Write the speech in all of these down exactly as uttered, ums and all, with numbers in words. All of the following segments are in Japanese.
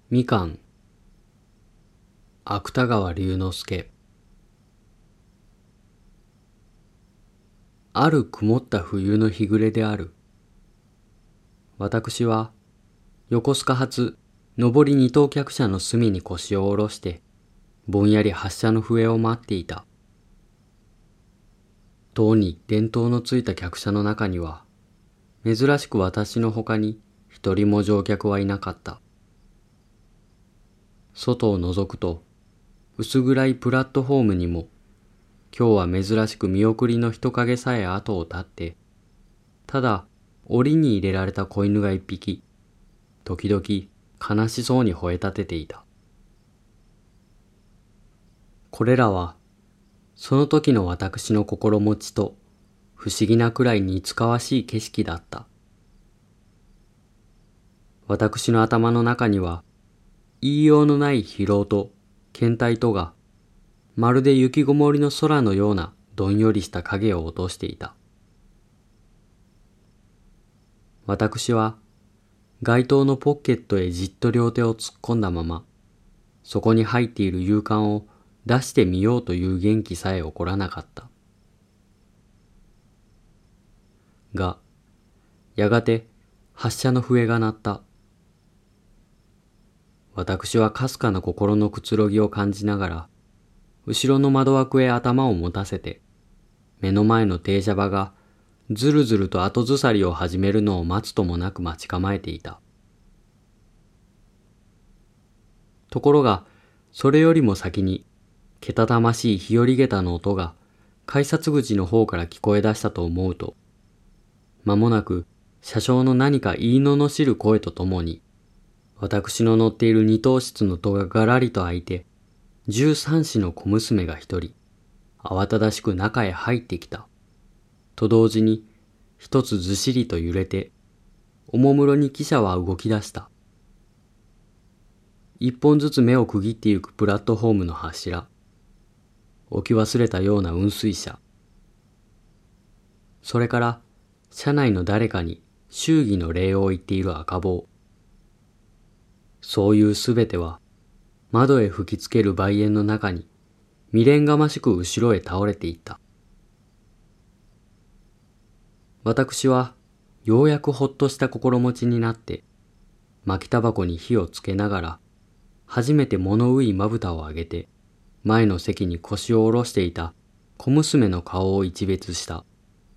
みかん、芥川龍之介。ある曇った冬の日暮れである。私は横須賀発上り二等客車の隅に腰を下ろしてぼんやり発車の笛を待っていた。塔に電灯のついた客車の中には珍しく私のほかに一人も乗客はいなかった。外を覗くと薄暗いプラットフォームにも今日は珍しく見送りの人影さえ後を絶って、ただ檻に入れられた子犬が一匹、時々悲しそうに吠え立てていた。これらはその時の私の心持ちと不思議なくらい似つかわしい景色だった。私の頭の中には言いようのない疲労と倦怠とがまるで雪ごもりの空のようなどんよりした影を落としていた。私は街灯のポッケットへじっと両手を突っ込んだまま、そこに入っている勇敢を出してみようという元気さえ起こらなかった。が、やがて発車の笛が鳴った。私はかすかな心のくつろぎを感じながら、後ろの窓枠へ頭を持たせて、目の前の停車場がずるずると後ずさりを始めるのを待つともなく待ち構えていた。ところが、それよりも先に、けたたましい日和下駄の音が改札口の方から聞こえ出したと思うと、間もなく車掌の何か言い罵る声とともに、私の乗っている二等室の戸ががらりと開いて、十三子の小娘が一人、慌ただしく中へ入ってきた。と同時に、一つずしりと揺れて、おもむろに汽車は動き出した。一本ずつ目を区切ってゆくプラットフォームの柱、置き忘れたような運水車、それから車内の誰かに祝儀の礼を言っている赤棒。そういうすべては、窓へ吹きつける梅煙の中に未練がましく後ろへ倒れていった。私はようやくほっとした心持ちになって、巻きタバコに火をつけながら、初めて物憂いまぶたを上げて、前の席に腰を下ろしていた小娘の顔を一別した。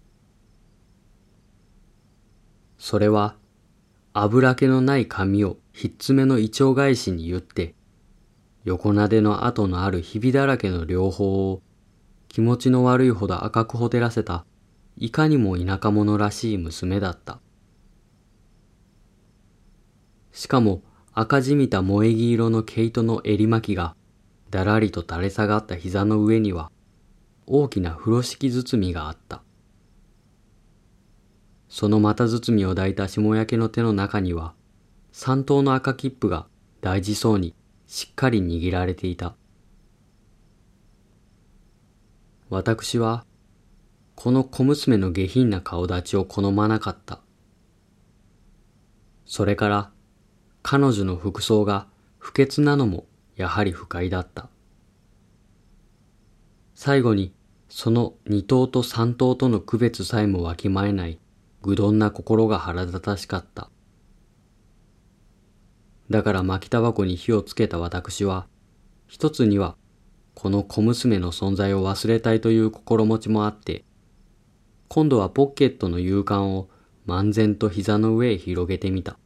それは、油気のない髪をひっつめのイチョウ返しに結って、横なでの跡のあるひびだらけの両方を気持ちの悪いほど赤くほてらせたいかにも田舎者らしい娘だった。しかも赤じみた萌え木色の毛糸の襟巻きがだらりと垂れ下がった膝の上には大きな風呂敷包みがあった。その股包みを抱いた霜焼けの手の中には三等の赤切符が大事そうにしっかり握られていた。私はこの小娘の下品な顔立ちを好まなかった。それから彼女の服装が不潔なのもやはり不快だった。最後にその二等と三等との区別さえもわきまえない愚鈍な心が腹立たしかった。だから巻きタバコに火をつけた私は、一つにはこの小娘の存在を忘れたいという心持ちもあって、今度はポッケットの勇敢を漫然と膝の上へ広げてみた。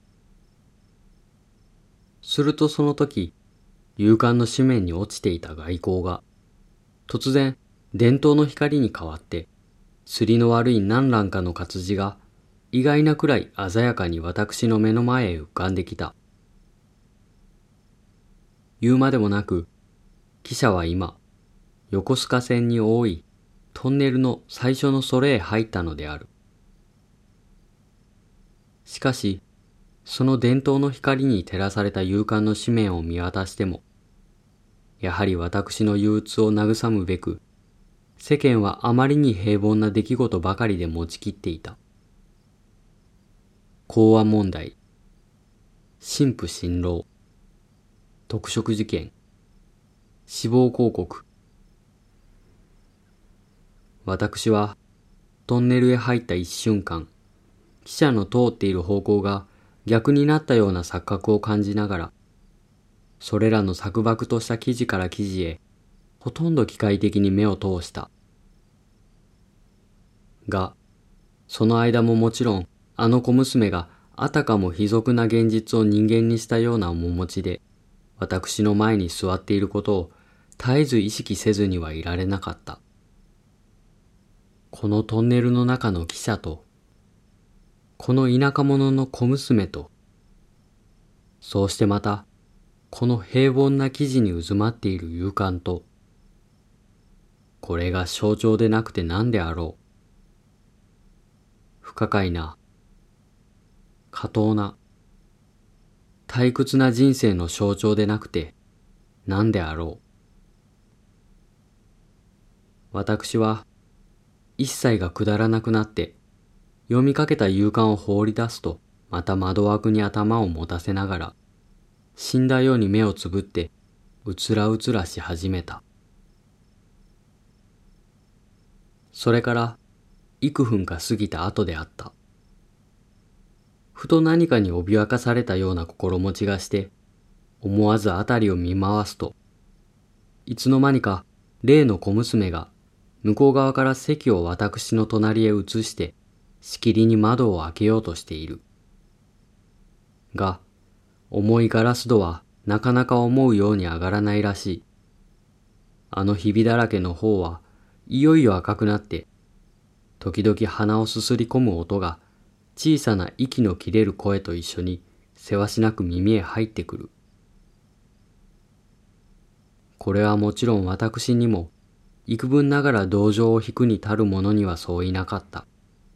するとその時、勇敢の紙面に落ちていた外光が、突然電灯の光に変わって、すりの悪い何覧かの活字が意外なくらい鮮やかに私の目の前へ浮かんできた。言うまでもなく、汽車は今、横須賀線に多いトンネルの最初のそれへ入ったのである。しかし、その電灯の光に照らされた勇敢の紙面を見渡しても、やはり私の憂鬱を慰むべく、世間はあまりに平凡な出来事ばかりで持ちきっていた。講和問題、神父新郎、 特色事件、死亡広告。私はトンネルへ入った一瞬間、汽車の通っている方向が逆になったような錯覚を感じながら、それらの錯漠とした記事から記事へ、ほとんど機械的に目を通した。が、その間ももちろん、あの小娘があたかも卑俗な現実を人間にしたような面持ちで、私の前に座っていることを絶えず意識せずにはいられなかった。このトンネルの中の汽車と、この田舎者の小娘と、そうしてまた、この平凡な記事に渦まっている勇敢と、これが象徴でなくて何であろう。不可解な、下等な、退屈な人生の象徴でなくて何であろう。私は一切がくだらなくなって読みかけた勇敢を放り出すと、また窓枠に頭を持たせながら死んだように目をつぶってうつらうつらし始めた。それから幾分か過ぎた後であった。ふと何かに脅かされたような心持ちがして、思わずあたりを見回すと、いつの間にか例の小娘が向こう側から席を私の隣へ移して、しきりに窓を開けようとしている。が、重いガラス戸はなかなか思うように上がらないらしい。あのひびだらけの方はいよいよ赤くなって、時々鼻をすすり込む音が小さな息の切れる声と一緒にせわしなく耳へ入ってくる。これはもちろん私にも幾分ながら同情を引くに足る者にはそういなかった。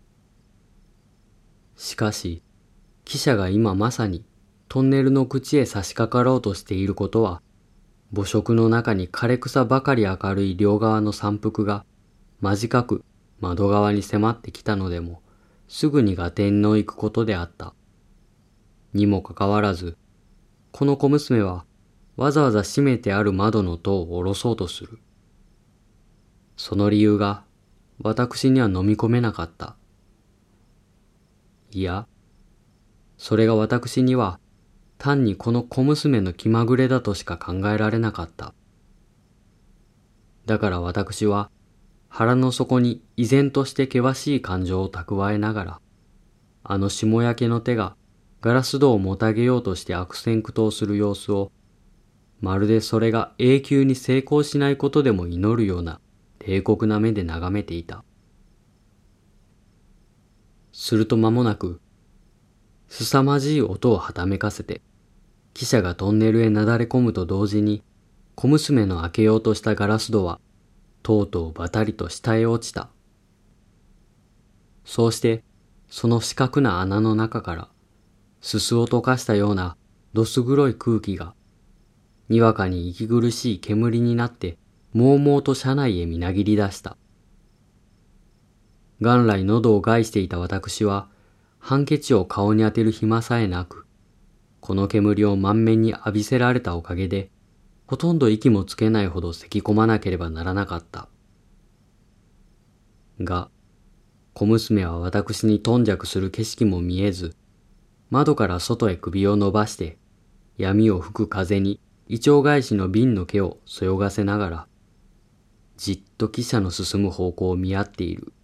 しかし、汽車が今まさにトンネルの口へ差し掛かろうとしていることは、母色の中に枯れ草ばかり明るい両側の山腹が間近く窓側に迫ってきたのでも、すぐに合点の行くことであった。にもかかわらず、この小娘はわざわざ閉めてある窓の戸を下ろそうとする。その理由が私には飲み込めなかった。いや、それが私には単にこの小娘の気まぐれだとしか考えられなかった。だから私は腹の底に依然として険しい感情を蓄えながら、あの霜焼けの手がガラス戸をもたげようとして悪戦苦闘する様子を、まるでそれが永久に成功しないことでも祈るような冷酷な目で眺めていた。すると間もなく、凄まじい音をはためかせて、汽車がトンネルへなだれ込むと同時に、小娘の開けようとしたガラス戸は、とうとうばたりと下へ落ちた。そうして、その四角な穴の中から、すすを溶かしたようなどす黒い空気が、にわかに息苦しい煙になって、もうもうと車内へみなぎり出した。元来喉を害していた私は、ハンケチを顔に当てる暇さえなく、この煙を満面に浴びせられたおかげで、ほとんど息もつけないほど咳込まなければならなかった。が、小娘は私に頓着する景色も見えず、窓から外へ首を伸ばして、闇を吹く風にイチョウ返しの瓶の毛をそよがせながら、じっと汽車の進む方向を見合っている。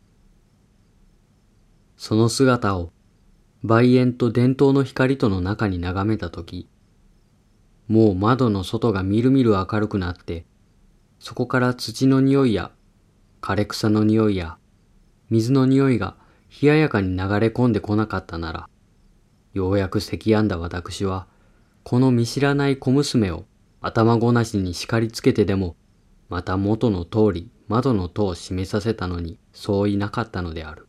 その姿を梅園と伝統の光との中に眺めたとき、もう窓の外がみるみる明るくなって、そこから土の匂いや枯れ草の匂いや水の匂いが冷ややかに流れ込んでこなかったなら、ようやく咳やんだ私は、この見知らない小娘を頭ごなしに叱りつけてでも、また元の通り窓の戸を閉めさせたのにそういなかったのである。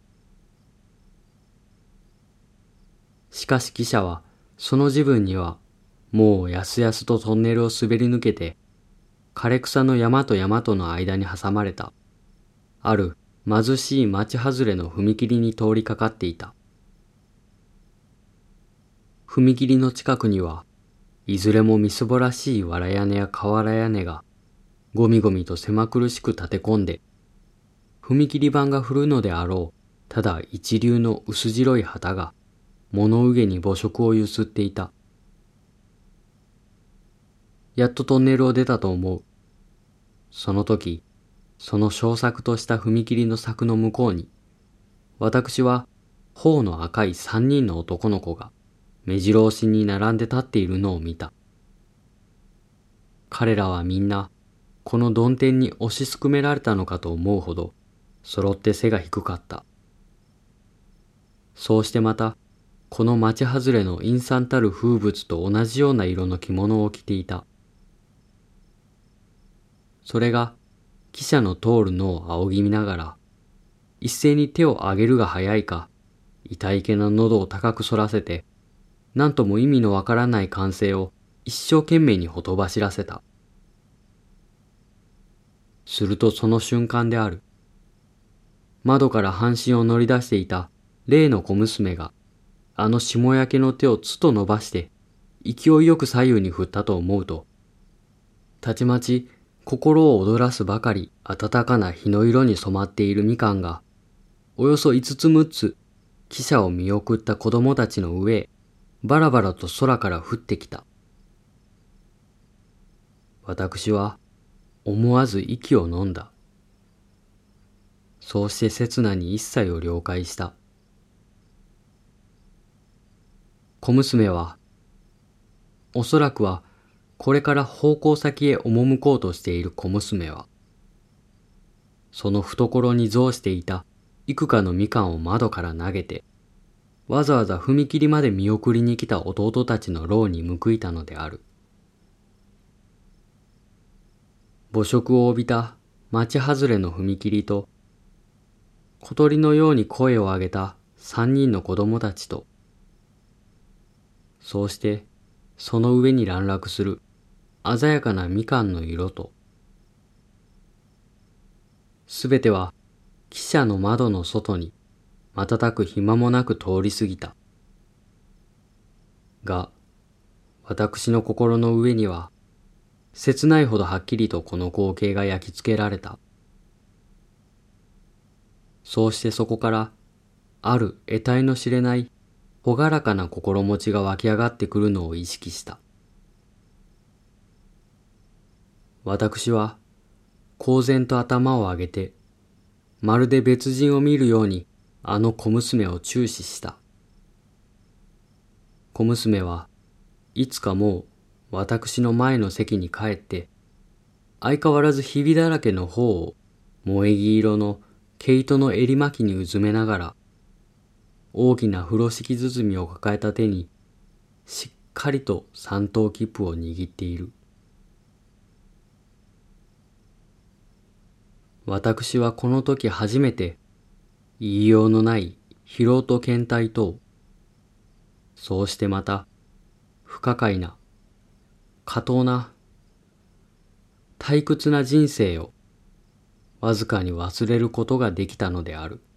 しかし汽車は、その自分には、もうやすやすとトンネルを滑り抜けて、枯れ草の山と山との間に挟まれた、ある貧しい町外れの踏切に通りかかっていた。踏切の近くには、 いずれもみすぼらしい藁屋根や瓦屋根がゴミゴミと狭苦しく立て込んで、踏切板が降るのであろうただ一流の薄白い旗が物憂げに母色をゆすっていた。やっとトンネルを出たと思う。その時、その小作とした踏切の柵の向こうに、私は頬の赤い三人の男の子が目白押しに並んで立っているのを見た。彼らはみんなこの曇天に押しすくめられたのかと思うほど揃って背が低かった。そうしてまたこの町外れの陰惨たる風物と同じような色の着物を着ていた。それが汽車の通るのを仰ぎ見ながら、一斉に手を上げるが早いか、痛いけな喉を高く反らせて、何とも意味のわからない歓声を一生懸命にほとばしらせた。するとその瞬間である。窓から半身を乗り出していた例の小娘が、あの霜焼けの手をつと伸ばして、勢いよく左右に振ったと思うと、たちまち心を躍らすばかり暖かな日の色に染まっているみかんが、およそ五つ六つ、汽車を見送った子供たちの上へ、バラバラと空から降ってきた。私は思わず息を飲んだ。そうして刹那に一切を了解した。小娘は、おそらくはこれから奉公先へ赴こうとしている小娘は、その懐に蔵していた幾かのみかんを窓から投げて、わざわざ踏切まで見送りに来た弟たちの牢に報いたのである。母色を帯びた町外れの踏切と、小鳥のように声を上げた三人の子供たちと、そうしてその上に乱落する鮮やかなみかんの色と、すべては汽車の窓の外に瞬く暇もなく通り過ぎた。が、私の心の上には、切ないほどはっきりとこの光景が焼き付けられた。そうしてそこから、ある得体の知れない朗らかな心持ちが湧き上がってくるのを意識した。私は、公然と頭を上げて、まるで別人を見るようにあの小娘を注視した。小娘はいつかもう私の前の席に帰って、相変わらずひびだらけの方を萌え木色の毛糸の襟巻きにうずめながら、大きな風呂敷包みを抱えた手に、しっかりと三等切符を握っている。私はこの時初めて、言いようのない疲労と倦怠と、そうしてまた、不可解な、過当な、退屈な人生を、わずかに忘れることができたのである。